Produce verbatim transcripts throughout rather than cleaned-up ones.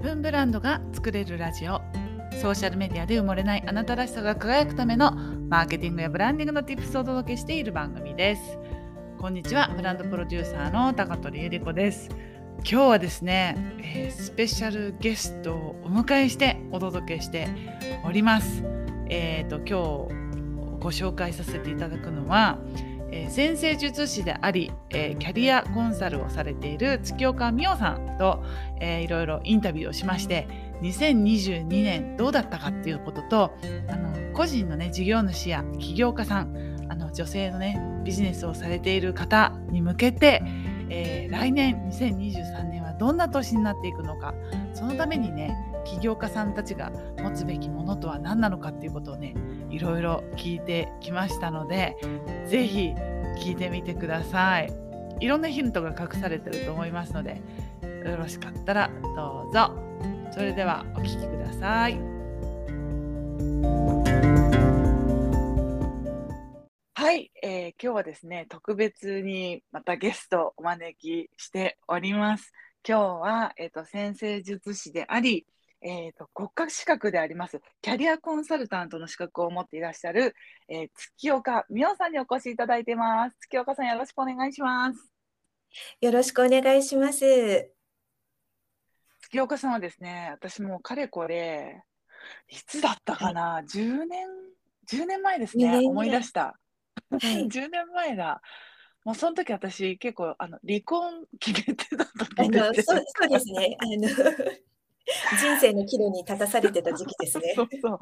分ブランドが作れるラジオ。ソーシャルメディアで埋もれないあなたらしさが輝くためのマーケティングやブランディングの Tips をお届けしている番組です。こんにちは、ブランドプロデューサーの高取ゆり子です。今日はですね、えースペシャルゲストをお迎えしてお届けしております。えーと今日ご紹介させていただくのは、えー先生術師であり、えーキャリアコンサルをされている月岡美代さんと、えーいろいろインタビューをしまして、にせんにじゅうにねんどうだったかっていうことと、あの個人のね事業主や起業家さん、あの女性のねビジネスをされている方に向けて、えー来年にせんにじゅうさんねんはどんな年になっていくのか、そのためにね起業家さんたちが持つべきものとは何なのかっていうことをねいろいろ聞いてきましたので、ぜひ聞いてみてください。いろんなヒントが隠されてると思いますので、よろしかったらどうぞ。それではお聞きください。はい、えー今日はですね、特別にまたゲストをお招きしております。今日は、えーと、先生術師であり、えーと、国家資格であります、キャリアコンサルタントの資格を持っていらっしゃる、えー月岡美代さんにお越しいただいています。月岡さん、よろしくお願いします。 よろしくお願いします。 月岡さんはですね、私もかれこれ、いつだったはい。 かな、じゅうねん、じゅうねんまえですね、 にねん思いぐらい。 出した。 はい。 じゅうねんまえだ。もうその時私結構あの離婚決めてた時であの、そうす。 そうですね。あの、人生の岐路に立たされてた時期ですね。 そうそう。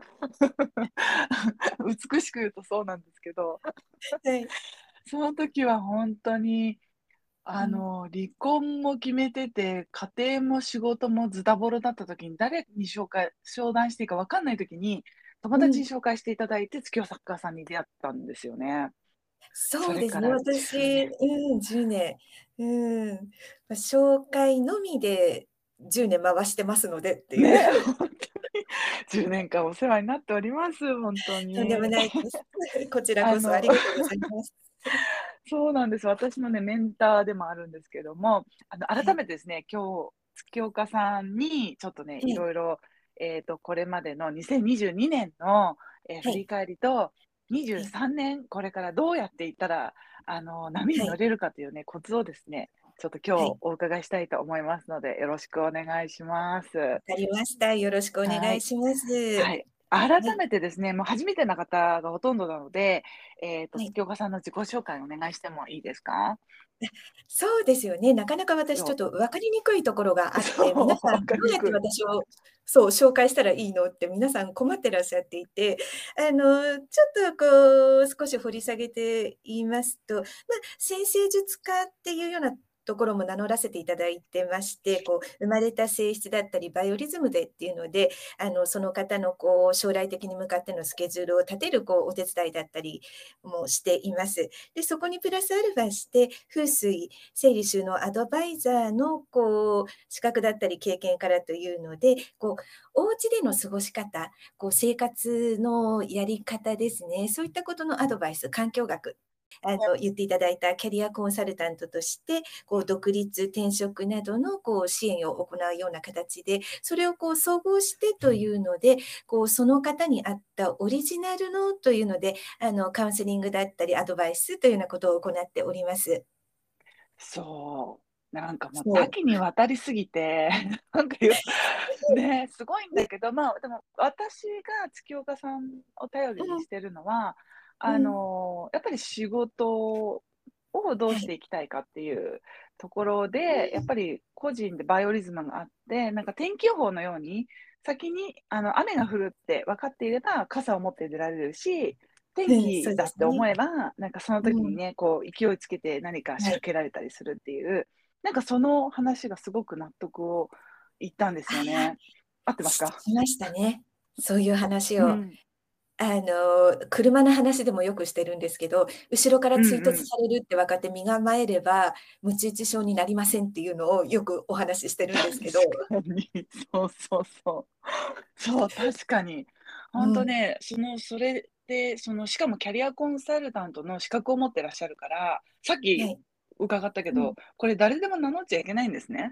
美しく言うとそうなんですけど、 はい。 その時は本当にうん。 あの離婚も決めてて、家庭も仕事もズタボロだった時に誰に紹介相談していいか分かんない時に友達にうん。 紹介していただいて月夜作家さんに出会ったんですよね。そそうですね、 れから10 私、 年。 うん、じゅうねん。うん。ま、紹介のみでじゅうねん回してますのでっていう。 ね、本当にじゅうねんかんお世話になっております、本当とんでもに。 ないです。こちらこそああの、 りがとうございます。 そうなんです。私のね、メンターでもあるんですけども、あの、改はい。 めてですね、今日、月岡さんにちょっとね、 はい。 いろいろ、えっと、これまでのにせんにじゅうにねんの、えーはい。 振り返りと、 はい。 にじゅうさんねん、これからどうやっていったら、あの、波にはい。 乗れるかというね、コツをですね、ちょっと今はい。 日お伺いしたいと思いますので、よろしくお願いします。 わかりました。よろしくお願いはい。 します。 はい。改はい。 めてですね、もう初めての方がほとんどなので、えっと、 はい。 月岡さんの自己紹介お願いしてもいいですか？ そうですよね。なかなか私ちょっそと分かりにくいところがう、 あって、 そう、 皆さんわかどうやってりにくい。 私をそう、紹介したらいいのって皆さん困ってらっしゃっていて、あの、ちょっとこう少し掘り下げて言いますと、ま、占星術家っていうようなところも名乗らせていただいてまして、こう生まれた性質だったりバイオリズムでっていうので、あの、その方のこう将来的に向かってのスケジュールを立てるこうお手伝いだったりもしています。で、そこにプラスアルファして、風水整理収納アドバイザーのこう資格だったり経験からというので、こうお家での過ごし方、こう生活のやり方ですね、そういったことのアドバイス、環境学、あの言っていただいたキャリアコンサルタントとして、こう独立、転職などのこう支援を行うような形で、それをこう総合してというので、こうその方に合ったオリジナルのというので、あのカウンセリングだったりアドバイスというようなことを行っております。 そう。なんかもう多そう。 岐にわたりすぎて、なんかよね、すごいんだけど、まあ、でも私が月岡さんを頼りうん、 にしてるのは、あうん。 の、やっぱり仕事をどうはい。 していきたいかっていうところうで、やっん。 ぱり個人でバイオリズムがあって、なんか天気予報のように、先にあの雨が降るって分かっていれば傘を持って出られるし、天うん、そ気うですね。 だって思えば、なんかその時うん。 にね、こう勢いつけて何か仕はい。 掛けられたりするっていう、なんかその話がすごく納得をいったんであすよね。合ってあ、 ますか？ ししましたね。そういう話を。 うん。 あの、車の話でもよくしてるんですけど、後ろから追突うんうん。 されるって分かって身構えれば、鞭打ち症になりませんっていうのをよくお話ししてるんですけど。 確かに。そうそうそう。そう、確かに。ほんうん。 とね、その、それで、その、しかもキャリアコンサルタントの資格を持ってらっしゃるから、さっきはい。 伺ったけうん。 ど、これ誰でも名乗っちゃいけないんですね。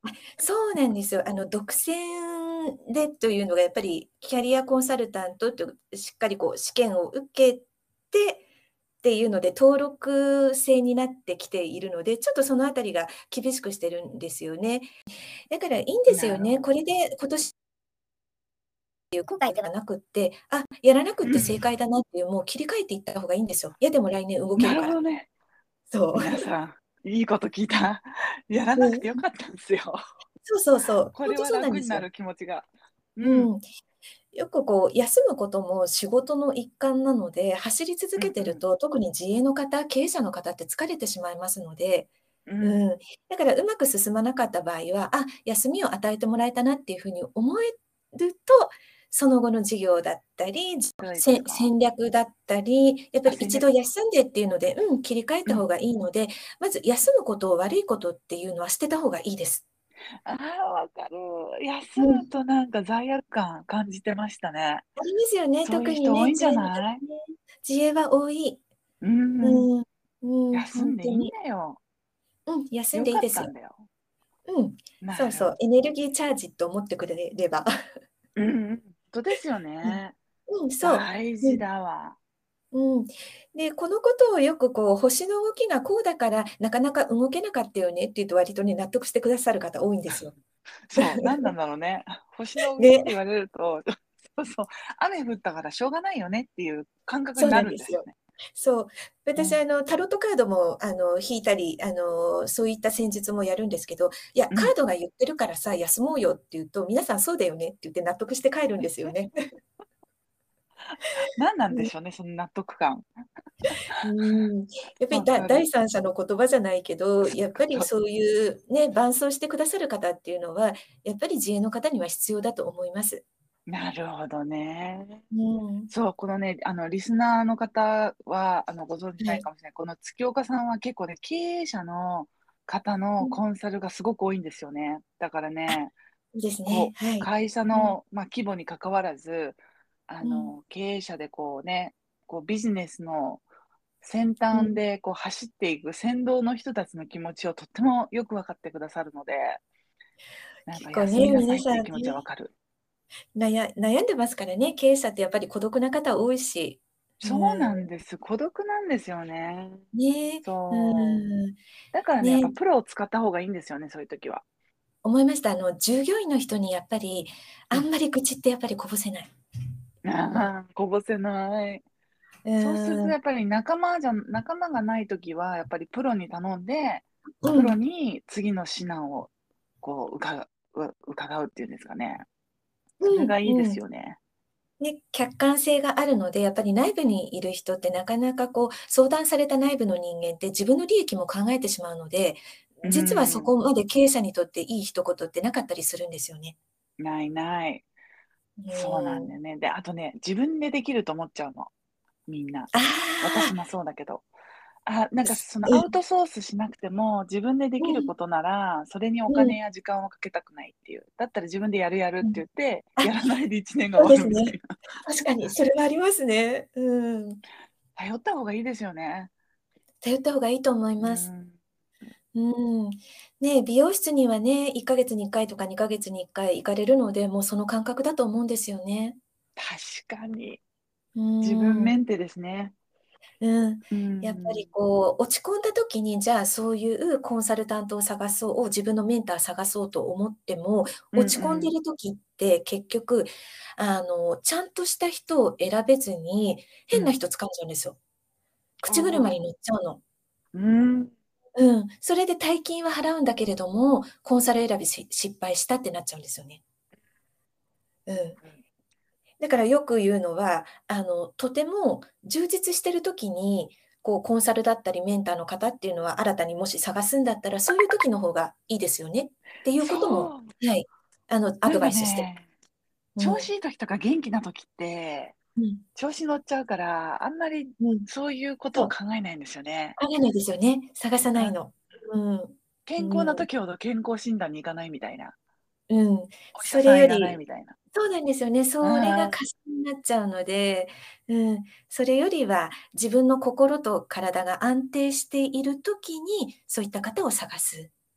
そうなんですよ。あの、独占でというのがやっぱりキャリアコンサルタントとしっかりこう試験を受けてっていうので、登録制になってきているので、ちょっとそのあたりが厳しくしてるんですよね。だからいいんですよね。こなるほど。 れで今年っていう後悔ではなくって、あ、やらなくって正うん。 解だなっていう、もう切り替えていった方がいいんですよ。いやでも来年動けなるから。 るほどね。 そう。 皆さん、いいこと聞いた。やらなくうん。 てよかったんですよ。 そうそうそう。ほんとこれはそうなんですよ。 楽になる気持ちが。うん。 うん。よくこう休むことも仕事の一環なので、走り続うんうん。 けてると、特に自営の方、経営者の方って疲れてしまいますので、 うん。 うん。だからうまく進まなかった場合は、あ、休みを与えてもらえたなっていう風に思えると、その後の事業だったり、じいかがですせか？ 戦略だったり、やっぱあ、 り一度戦略。 休んでっていうので、うん、切り替えうん。 た方がいいので、まず休むことを悪いことっていうのは捨てた方がいいです。 ああ、わかる。休うん。 むとなんか罪悪感感じてましたね。 ありますよね、 そういう特にね、 人多いんじゃ自営の方ない？ ね。自営は多い。 うん。 うん、うん、ほ休んでいいんんとに。 だよ。 うん、休んよかっでいいですよ。 たんだよ。 うん、そうそう、 なるほど。 エネルギーチャージと思ってくれれば。 うんうん。とですようん。 ね。 うん、そう。 大事うん。 だわ。 うん。で、このことをよくこう、星の動きがこうだから、なかなか動けなかったよねって言うと割とね、納得してくださる方多いんですよ。 そう、何なんだろうね。星の動きってね、 言われると、そうそう、雨降ったからしょうがないよねっていう感覚そうにななんですよ。 るんですよね。 そう。私、 うん。 あの、タロットカードも、あの、引いたり、あの、そういった戦術もやるんですけど、いや、 うん。 カードが言ってるからさ、休もうよって言うと、皆さんそうだよねって言って納得して帰るんですよね。 何なんうん。 でしょうね、その納得感。 うーん。やっぱり、だわかる。 第三者の言葉じゃないけど、 そやっぱりそう。 そういうね、伴走してくださる方っていうのは、やっぱり自営の方には必要だと思います。 なるほどね。 うん。 そう、このね、あの、リスナーの方は、あの、ご存知はい。 ないかもしれない。この月岡さんは結構ね、経営者の方うん。 のコンサルがすごく多いんですよね。だからあ、 ね、 いいですね。 こう、 はい。 会社うん。 の、まあ、規模に関わらず、あうん。 の、経営者でこうね、こうビジネスの先うん。 端でこう走っていく先導の人たちの気持ちをとってもよく分かってくださるので、なんか結構ね、 休みなさ皆さんね、 いっていう気持ちは分かる。 なや悩んでますからね、経営者ってやっぱり孤独な方多いし。うそうん。 なんです。孤独なんですよね。 ね、うそう。 ん。 だからね、やっね、 ぱプロを使った方がいいんですよね、そういう時は。 思いました。あの、従業員の人にやっぱり、 うん。 あんまり愚痴ってやっぱりこぼせない。 ああ、こぼせない。 うそうするとん。 やっぱり仲間じゃ仲間がない時は、やっぱりプロに頼んで、プロうん。 に次の指南をこう、うかう伺うっていうんですかね。それうん、 がいいでうん。 すよね。 ね、客観性があるので、やっぱり内部にいる人ってなかなかこう、相談された内部の人間って自分の利益も考えてしまうので、 う実はそん。 こまで経営者にとっていい一言ってなかったりするんですよね。 ないない。 うそうなんだん。 よね。で、あとね、自分でできると思っちゃうの、みんな。 ああ、 私もそうだけど。あ、なんかすそのアウうん、 トソースしなくても、自分ででうん、 きることなら、それにおうん、 金や時間をかけたくないっていう。だったら自分でやるやるってうん。 言って、 あ、 やらないでいちねんが終わそうですね。 るみたいな。 確かにそれはありますね。うん。 頼った方がいいですよね。 頼った方がいいと思いうます。 ん。 うん。ね、美容室にはね、いっかげつにいっかいとかにかげつにいっかい行かれるので、もうその感覚だと思うんですよね。 確かに。 う自分ーん。 メンテですね。 うん。 うやっぱりん。 こう、落ち込んだ時に、じゃあ、そういうコンサルタントを探そう、自分のメンター探そうと思っても、 うん落ち込んでうん。 る時って結局、あの、ちゃんとした人を選べずに、 うん。 変な人掴んじゃうんですよ。口車にああ。 乗っちゃうの。 うん。 うん。それで大金は払うんだけれども、コンサル選びし失敗したってなっちゃうんですよね。うん。 うん。 だからよく言うのは、あの、とても充実してる時に、こうコンサルだったりメンターの方っていうのは新たにもし探すんだったら、そういう時の方がいいですよねっていうことも、 そう。 はい、あの、アなんかドバイスしてね、 うん。 調子いい時とか元気な時って、 うん。 調子乗っちゃうから、あんまりうん。 そういうことをそう、 考えないんですよね。 考えないですよね。探さないあ、 の。うん。 健康なうん。 時ほど健康診断に行かないみたいな。 うん。そお医者さんいらないれよりみたいな。 そうなんですよね。それがああ、 過信になっちゃうので、うん、それよりは自分の心と体が安定している時に、そういった方を探す。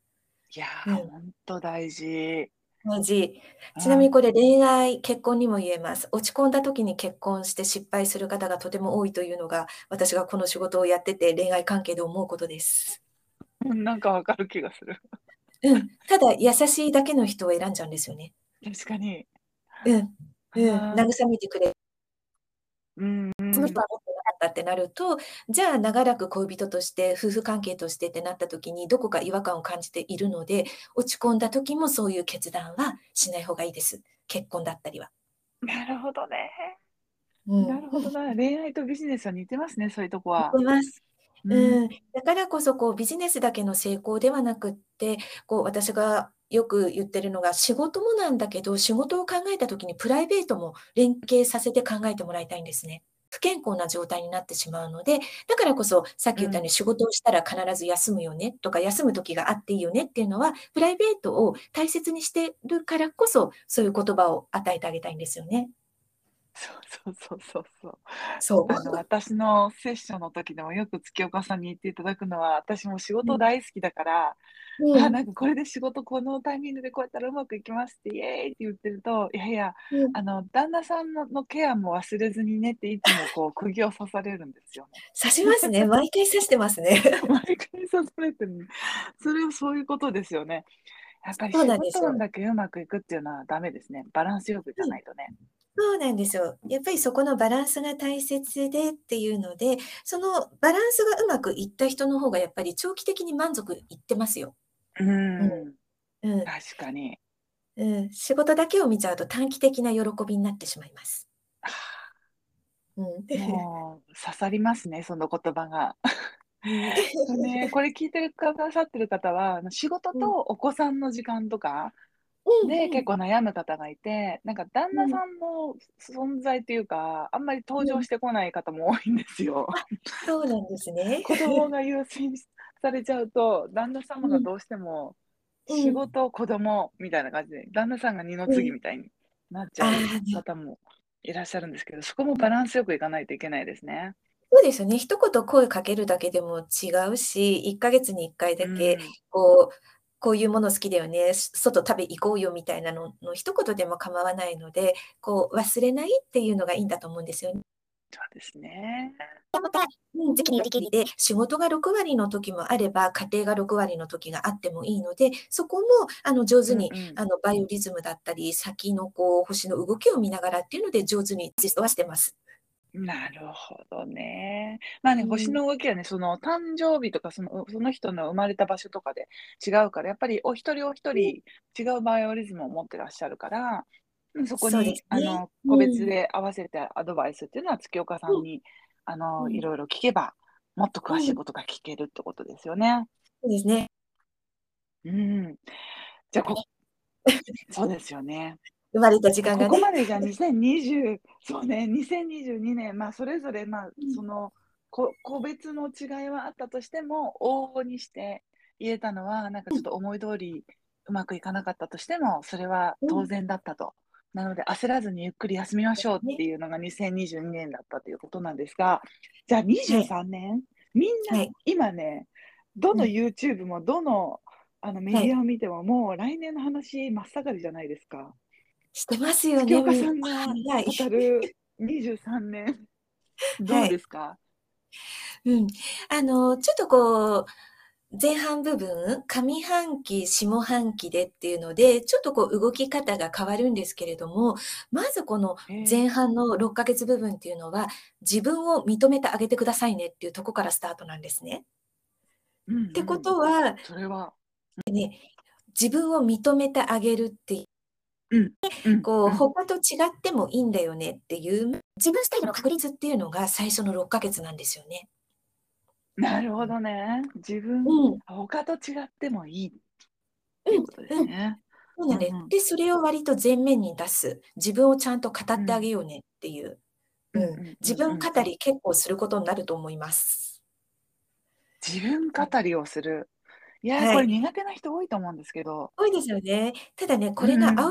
いやー、 うん。 ほんと大事。 大事。 うん。 ちなみにこれ恋愛、結婚にも言えます。落ち込んだ時に結婚して失敗する方がとても多いというのが、私がこの仕事をやってて恋愛関係で思うことです。 うん、なんかわかる気がする。 うん。ただ優しいだけの人を選んじゃうんですよね。 確かに。 うん。うん。 ああ、 慰めてくれうんうん。 その人は持ってなかったってなると、じゃあ長らく恋人として、夫婦関係としてってなった時に、どこか違和感を感じているので、落ち込んだ時もそういう決断はしない方がいいです。結婚だったりは。 なるほどね。 うん。 なるほどな。恋愛とビジネスは似てますね、そういうとこ似は。 てます。 うん。 うん。だからこそ、こう、ビジネスだけの成功ではなくって、こう、私がよく言ってるのが、仕事もなんだけど、仕事を考えた時にプライベートも連携させて考えてもらいたいんですね。不健康な状態になってしまうので、だからこそ、さっき言ったようにうん。 仕事をしたら必ず休むよねとか、休む時があっていいよねっていうのは、プライベートを大切にしてるからこそ、そういう言葉を与えてあげたいんですよね。 そうそうそうそうそう。 そう。 あの、私のセッションの時でもよく月岡さんに言っていただくのは、私も仕うん。 事大好きだから、あ、 うん。 なんかこれで仕事このタイミングでこうやったらうまくいきますって、イエーイって言ってると、いやいや、 うん。 あの、旦那さんののケアも忘れずにねっていつもこう釘を刺されるんですよね。 指しますね。毎回指してますね。 毎回刺されてる。それはそういうことですよね。やっぱりそう仕なんですよ。 事運だけうまくいくっていうのはダメですね。バランスよくいかうん、 ないとね。 そうなんですよ。やっぱりそこのバランスが大切でっていうので、そのバランスがうまくいった人の方がやっぱり長期的に満足いってますよ。 ううん、 ーん、 うん、 確かに。 うん。仕事だけを見ちゃうと短期的な喜びになってしまいます。 ああ、 うん。 もう刺さりますね、その言葉が。 うん。 そうね、これ聞いてるくださってる方は、あの、仕事うん。 とお子さんの時間とかうんうん。 で結構悩む方がいて、なんか旦うん。 那さんの存在っていうか、あんまり登うん。 場してこない方も多いんですよ。 あ、そうなんですね。 子供が優先されちゃうと、旦那様うん。 がどうしても仕うん。 事、子供みたいな感じで、旦那さんが二のうん。 次みたいになっちゃああ、 うね。 方もいらっしゃるんですけど、そこもバランスよくいかないといけないですね。 そうですよね。一言声かけるだけでも違うし、いっかげつにいっかいだけ、 うん、 こう、こういうもの好きだよね、し外食べ行こうよみたいなのの一言でも構わないので、こう忘れないっていうのがいいんだと思うんですよね。 そうですね。 また、うん、時期によりきりで、仕事がろく割の時もあれば、家庭がろく割の時があってもいいので、そこもあの上手にうんうん。 あのバイオリズムだったり、先のこう星の動きを見ながらっていうので上手にアシストはしてます。 なるほどね。まあね、星うん。 の動きはね、その誕生日とか、その、うその人の生まれた場所とかで違うから、やっぱりお一人お一うん、 人違うバイオリズムを持ってらっしゃるから、うん、そこそうでにすね。 あの、個別うん。 で合わせてアドバイスっていうのは月岡さうん。 んに、あの、いうん。 ろいろ聞けば、もっと詳しいうん。 ことが聞けるってことですよね。 そうですね。 うん。じゃ、こそうですよね。 生まれた時じゃ、 間がね。 ここまでじゃあにせんにじゅうそうね、にせんにじゅうにねん、まあ、それぞれ、まあ、 うん。 その、こ個別の違いはあったとしても、往々にして言えたのは、なんかうん。 ちょっと思い通りうまくいかなかったとしても、それはうん。 当然だったと。なので焦らずにゆっくり休みましょうってね。 いうのがにせんにじゅうにねんだったということなんですが、じゃあ23 はい。 年、みんなはい。 今ね、どのうん。 YouTube もどの、あの、メはい。 ディアを見ても、もう来年の話真っ盛りじゃないですか。 してますよね、 月岡みんさんが早い。 語るにじゅうさんねん、どはい。 うですか？ うん。あの、ちょっとこう、前半部分、上半期、下半期でっていうので、ちょっとこう動き方が変わるんですけれども、まずこのええ。 前半のろっかげつ部分っていうのは、自分を認めてあげてくださいねっていうとこからスタートなんですね。 うんうってこん。 とは、 それは自分を認めてあげるってうん、うん、 こう、 うん。 他と違ってもいいんだよねっていう、自分スタイルの確立っていうのが最初のろっかげつなんですよね。 なるほどね。自分、 うん。 他と違ってもいいっていううん、 ことですうん。 ね。 そうなんです。 うんうん。 で、それを割と前面に出す。自分をちゃんと語ってあうん。 げようねっていう。 うんうん。 うんうん自分うんうん。 語り結構することになると思います。 自分うん。 語りをする。いや、これはい。 苦手な人多いと思うんですけど。 多いですよね。ただね、こうんれがアうん。 ウトプッ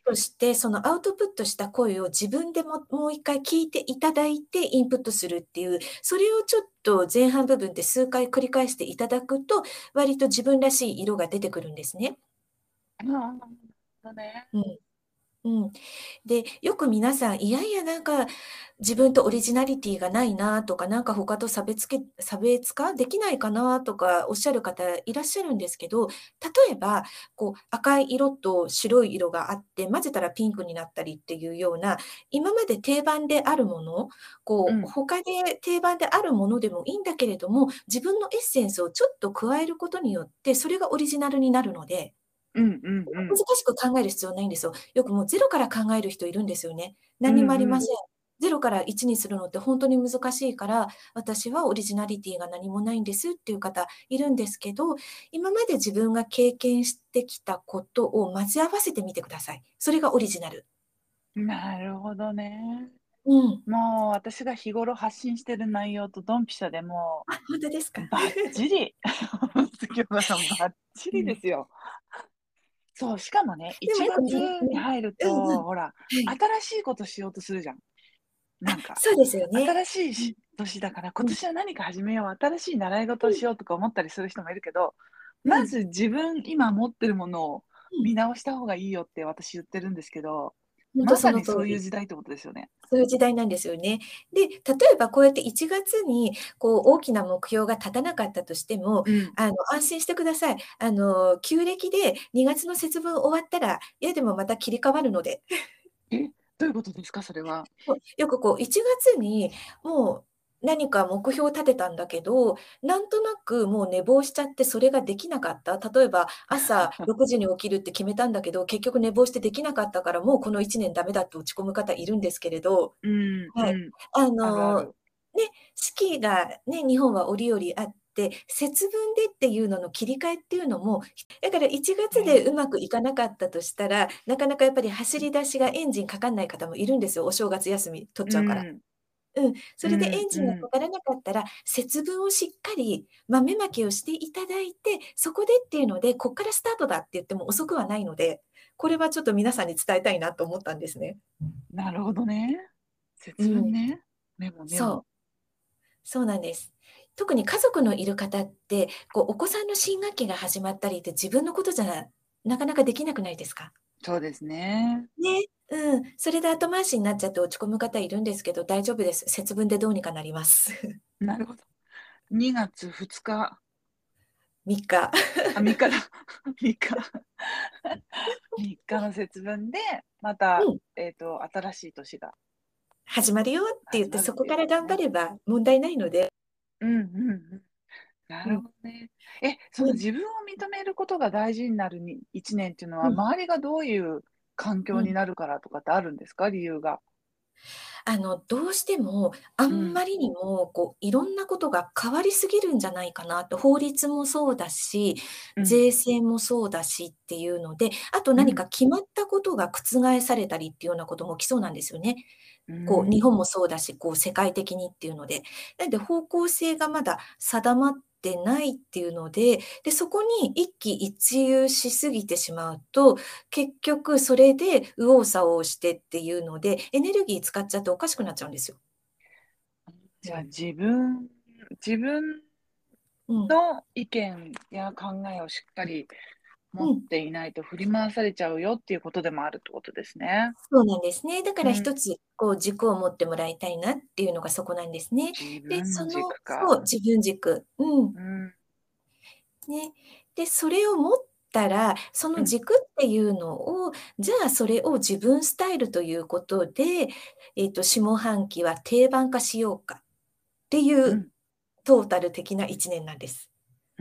トして、そのアウトプットした声を自分でももう一回聞いていただいてインプットするっていう、それをちょっと前半部分で数回繰り返していただくと、割と自分らしい色が出てくるんですね。 ああ、なるほどね。 うん。うん。で、よく皆さん、いやいやなんか自分とオリジナリティがないなとか、なんか他と差別け差別化できないかなとかおっしゃる方いらっしゃるんですけど、例えば、こう赤い色と白い色があって、混ぜたらピンクになったりっていうような、今まで定番であるもの、こううん。 他で定番であるものでもいいんだけれども、自分のエッセンスをちょっと加えることによって、それがオリジナルになるので、 うんうんうん。 難しく考える必要ないんですよ。よくもうゼロから考える人いるんですよね。 うん何にもありうん。 ません。ゼロからいちにするのってほんとに難しいから、私はオリジナリティが何もないんですっていう方いるんですけど、今まで自分が経験してきたことを混ぜ合わせてみてください。それがオリジナル。 なるほどね。 うん。 もう私が日頃発信してる内容とドンピシャでもあ、ほんとですか？ うバッチリ。清原さんバッチうん。 リですよ。そう、しかもね、1 でもよくみん月にね、 入るうんうん。 と、ほら、 はい。 新しいことしようとするじゃん。 あ、 なんか、 そうですよね。 新しいうん。 し年だから、今うん。 年は何か始めよう、新しい習い事うん。 をしようとか思ったりする人もいるけど、 うん。 まず自分今持ってるものをうん。 見直した方がいいよって私言ってるんですけど、 ほんとそまさにそういうの通り。 時代ってことですよね。 そういう時代なんですよね。で、例えばこうやっていちがつにこう大きな目標が立たなかったとしても、 うん。 あの、安心してください。あの、旧暦でにがつの節分終わったら、いやでもまた切り替わるので。 え、どういうことですか？それは。 そう、よくこういちがつにもう何か目標を立てたんだけど、なんとなくもう寝坊しちゃってそれができなかった。例えば朝ろくじに起きるって決めたんだけど、結局寝坊してできなかったから、もうこのいちねんダメだって落ち込む方いるんですけれど、 うんはい。 うん。 あの、 あるある。 ね、四季がね、日本は折々あって、節分でっていうのの切り替えっていうのも、だからいちがつでうね。 まくいかなかったとしたら、なかなかやっぱり走り出しがエンジンかかんない方もいるんですよ、お正月休み取っうちゃうから。 ん。 うん、そうれでエんうンジンがかん。 からなかったら、節分をしっかり豆まきをしていただいて、そこでっていうので、こっからスタートだって言っても遅くはないので、これはちょっと皆さんに伝えたいなと思ったんですね。 なるほどね。節分うん。 ね。メモメモ。 そう。そうなんです。特に家族のいる方って、こうお子さんの新学期が始まったりって自分のことじゃなかなかできなくないですか？ そうですね。 ね、うん、それで後回しになっちゃって落ち込む方いるんですけど、大丈夫です。節分でどうにかなります。 なるほど。にがつふつか、 みっか。 あ、みっかだ。みっか。みっかの節分で、また、 うん、 えっと、新しい年が始まるよって言って、 始まるっていうそこからことね。 頑張れば問題ないので。 うんうんうん。なるうん、 ほどね。え、そのね、 自分を認めることが大事になるにいちねんっていうのは、 うん、 周りがどういう環境にうん。 なるからとかってあるんですか？理由が。 あの、どうしても、あうん、 んまりにも、こう、いろんなことが変わりすぎるんじゃないかなと、法律もそうだし、 うん、 税制もそうだしっていうので、あとうん、 何か決まったことが覆されたりっていうようなことも起きそうなんですよね。 うーこう、日ん。 本もそうだし、こう、世界的にっていうので。なんで方向性がまだ定まってないっていうので、で、そこに一喜一憂しすぎてしまうと、結局それで右往左往してっていうので、エネルギー使っちゃっておかしくなっちゃうんですよ。うじゃあん。 自分自分うん。 の意見や考えをしっかり持っうん。 ていないと振り回されちゃうよっていうことでもあるってことですね。 そうなんですね。だかうん、 ら一つ、こう軸を持ってもらいたいなっていうのがそこなんですね。で、 自分のその軸か。 そう、自分軸。うん。 うん、 ね。で、それを持ったら、そうん、 の軸っていうのを、じゃあそれを自分スタイルということで、えっと、下半期は定番化しようかっていううん、 トータル的ないちねんなんです。 うん、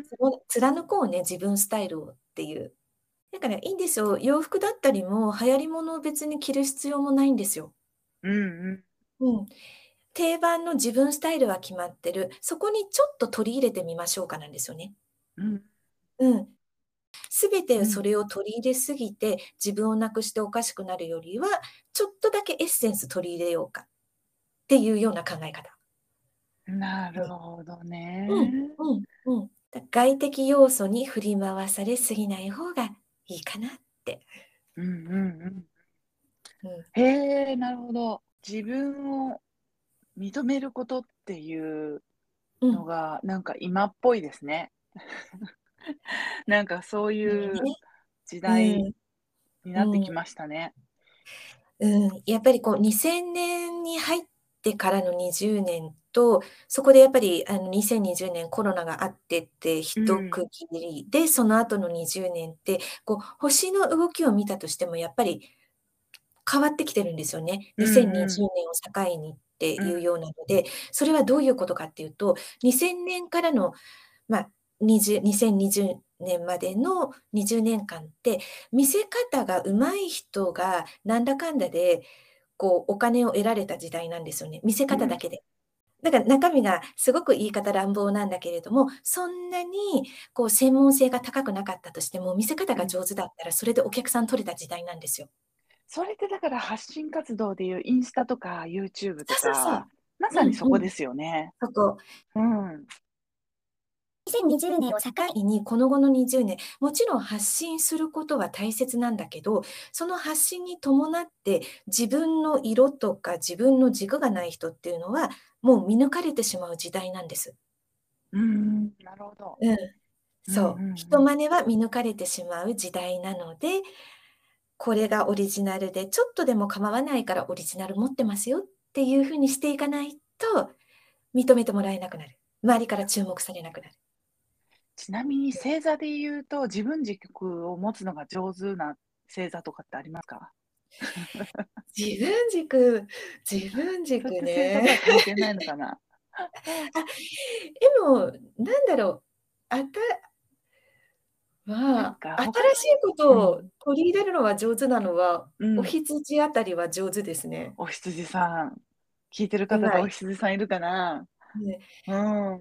その貫こうね、自分スタイルをっていう。だからいいんですよ。洋服だったりも流行り物を別に着る必要もないんですよ。 うん、 うん。定番の自分スタイルは決まってる。そこにちょっと取り入れてみましょうかなんですよね。 うん、 うん。全てうん。 それを取り入れすぎて、自分をなくしておかしくなるよりは、ちょっとだけエッセンス取り入れようかっていうような考え方。 なうん。 るほどうん、 ね。 うん、うん。だ外的要素に振り回されすぎない方がいいかなって。 うんうんうん。 うん。 へえ、なるほど。自分を認めることっていうのうん。 が、なんか今っぽいですね。なんかそういう時代ね。 にうん。 なってきましたね。 うん、やっぱりこうにせんねんに入ってからのにじゅうねんと、そこでやっぱりあのにせんにじゅうねんコロナがあってって一うん。 区切りで、その後のにじゅうねんって、こう星の動きを見たとしてもやっぱり変わってきてるんですよね。 うん 2020 うん。 年を境にってうん。 いうようなので、それはどういうことかっていうと、にせんねんからの、まあ、にじゅうにせんにじゅうねんまでのにじゅうねんかんって、見せ方が上手い人がなんだかんだで、こうお金を得られた時代なんですよね。見せうん。 方だけで。だから中身がすごく言い方乱暴なんだけれども、そんなにこう専門性が高くなかったとしても、見せ方うん。 が上手だったら、それでお客さん取れた時代なんですよ。 それってだから発信活動でいうインスタとか YouTube とそうそうそか、 う。 まさにうんうん。 そこですよね。 そこ。 うん。 にせんにじゅうねんを境に、この後のにじゅうねん、もちろん発信することは大切なんだけど、その発信に伴って自分の色とか自分の軸がない人っていうのは、もう見抜かれてしまう時代なんです。 うん、なるほど。 うん。 うんうんうそう。人ん。 真似は見抜かれてしまう時代なので、これがオリジナルで、ちょっとでも構わないからオリジナル持ってますよっていう風にしていかないと、認めてもらえなくなる。周りから注目されなくなる。 ちなみに星座で言うと、自分軸を持つのが上手な星座とかってありますか？ 自分軸自分それっ軸て星座とね。 は関係ないのかな？ あ、でも、なんだろう、あたまあ、 なんか新他のしいことをうん、 取り入れるのは上手なのは、おうん、 羊あたりは上手ですね。 お羊さん。聞いてる方でおうまい。 羊さんいるかな？ ね。 うん、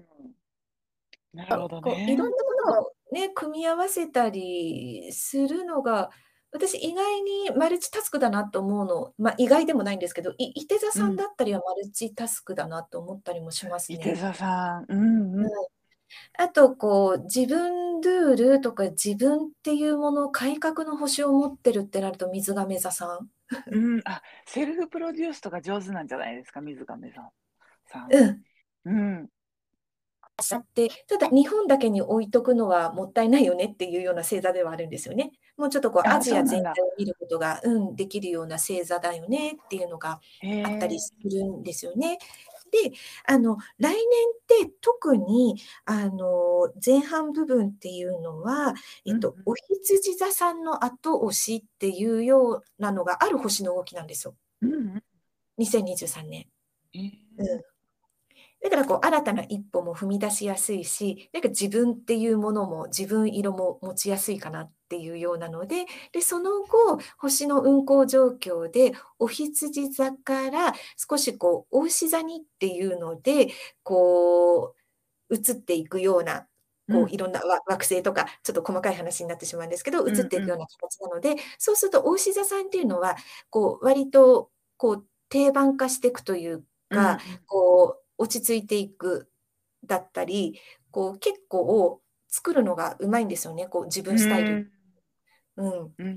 なるほどこう、いろんね。 なものをね、組み合わせたりするのが、私意外にマルチタスクだなと思うの、ま、意外でもないんですけど、いいて座さんうん、 だったりはマルチタスクだなと思ったりもしますね。 いて座さん。うんうん。 うん。あとこう、自分ルールとか自分っていうもの、改革の星を持ってるってなると水亀座さん。 うん、あ、セルフプロデュースとか上手なんじゃないですか、水亀さんさん。 うん。 うん。 しゃって、ただ日本だけに置いとくのはもったいないよねっていうような星座ではあるんですよね。もうちょっとこうアあ、 ジア全そうなんだ。 体を見ることが、うん、できるような星座だよねっていうのがへあったりえ。 するんですよね。で、あの、来年って特にあの、前半部分っていうのは、えっと、 うんうん。 お羊座さんの後押しっていうようなのがある星の動きなんですよ。 うんうん。 にせんにじゅうさんねへえ。 ん。うん。だからこう新たな一歩も踏み出しやすいし、なんか自分っていうものも自分色も持ちやすいかなっていうようなので、で、その後、星の運行状況で、お羊座から少しこう、牡牛座にっていうので、こう、移っていくような、こううん。 いろんなわ惑星とか、ちょっと細かい話になってしまうんですけど、移っていくよううんうん。 な形なので、そうすると牡牛座さんっていうのは、こう割とこう定番化していくというか、 うんうん。 こう落ち着いていくだったり、こう結構作るのがうまいんですよね、こう自う分スタイル。 ーん。 うん。 うんうん。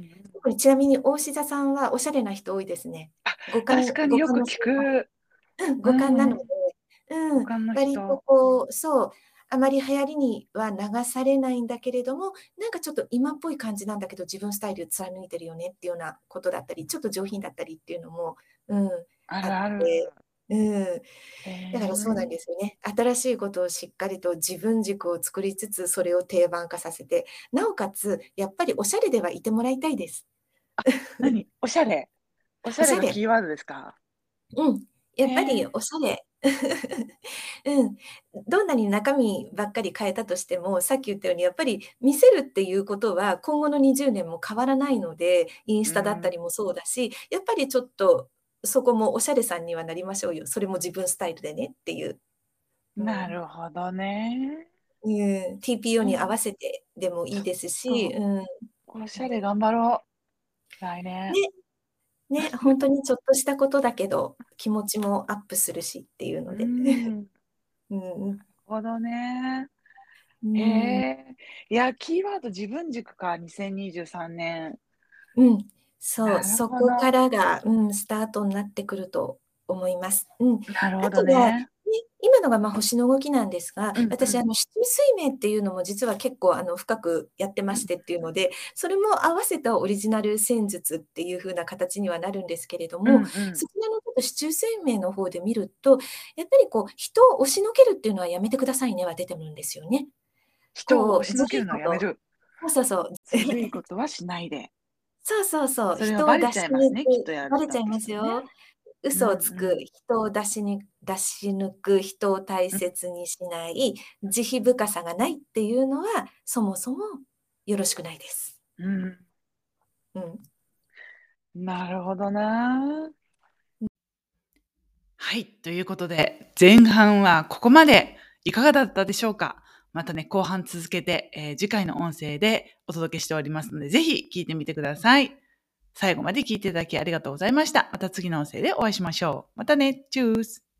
特にちなみに牡牛座さんはおしゃれな人多いですね。 あ、 五感確かに五よく聞感の星座く。 うん、 う五感なので、 んうん。 うん、 他の割と人。 こう、そう、あまり流行りには流されないんだけれども、なんかちょっと今っぽい感じなんだけど、自分スタイル貫いてるよねっていうようなことだったり、ちょっと上品だったりっていうのも、うん、 あるあっある。 て、うん、 へだからそうなんえ。 ですよね。新しいことをしっかりと自分軸を作りつつ、それを定番化させて、なおかつやっぱりおしゃれではいてもらいたいです。 何？おしゃれ。おしゃれおしゃれ。 がキーワードですか？ うん、やっぱりへえ。 おしゃれ。うん。どんなに中身ばっかり変えたとしても、さっき言ったようにやっぱり見せるっていうことは今後のにじゅうねんも変わらないので、インスタだったうん。 りもそうだし、やっぱりちょっとそこもおしゃれさんにはなりましょうよ。それも自分スタイルでねっていう。うなん。 るほどね。 うん、ティーピーオーうん。 に合わせてでもいちょっいですし、 と、 うん。 おしゃれ頑張ろう、来年。 ね、ね、ほんとにちょっとしたことだけど、気持ちもアップするしっていううーので。 ん、なるうんうん。 ほどね。 うへーん。 え。いや、キーワード自分軸か、にせんにじゅうさんねん。 うん、 そう、 なるそこかほど。 らが、うん、スタートになってくると思います。うん。 なるほどあとは、ね、 ね。 今のが、ま、星の動きなんですが、 うんう私、あん。 の、四柱推命っていうのも実は結構、あの、深くやってうん。 ましてっていうので、それも合わせたオリジナル戦術っていう風な形にはなるんですけれどうも、 んうん。 そちらのちょっと四柱推命の方で見ると、やっぱりこう、人を押しのけるっていうのはやめてくださいねは出てるんですよね。 人をこう、ず押しのけるのるいことはやめる。 そうそうそう。 ずるいことはしないで。 そうそうそう、 それはバレ人を出しちゃいますね、きっ抜くとやったっバレちゃいて人にね。 ますよ。 うん嘘をつく、 うん。 人を出しに出し抜く、人を大うん。 切にしない、慈悲深さがないっていうのは、そもそもよろしくないです。 うん。 うん。 なるほどな。 うん。 はい、ということで、前半はここまでいかがだったでしょうか？またね、後半続けて、えー次回の音声でお届けしておりますので、ぜひ聞いてみてください。最後まで聞いていただきありがとうございました。また次の音声でお会いしましょう。またね、チュース。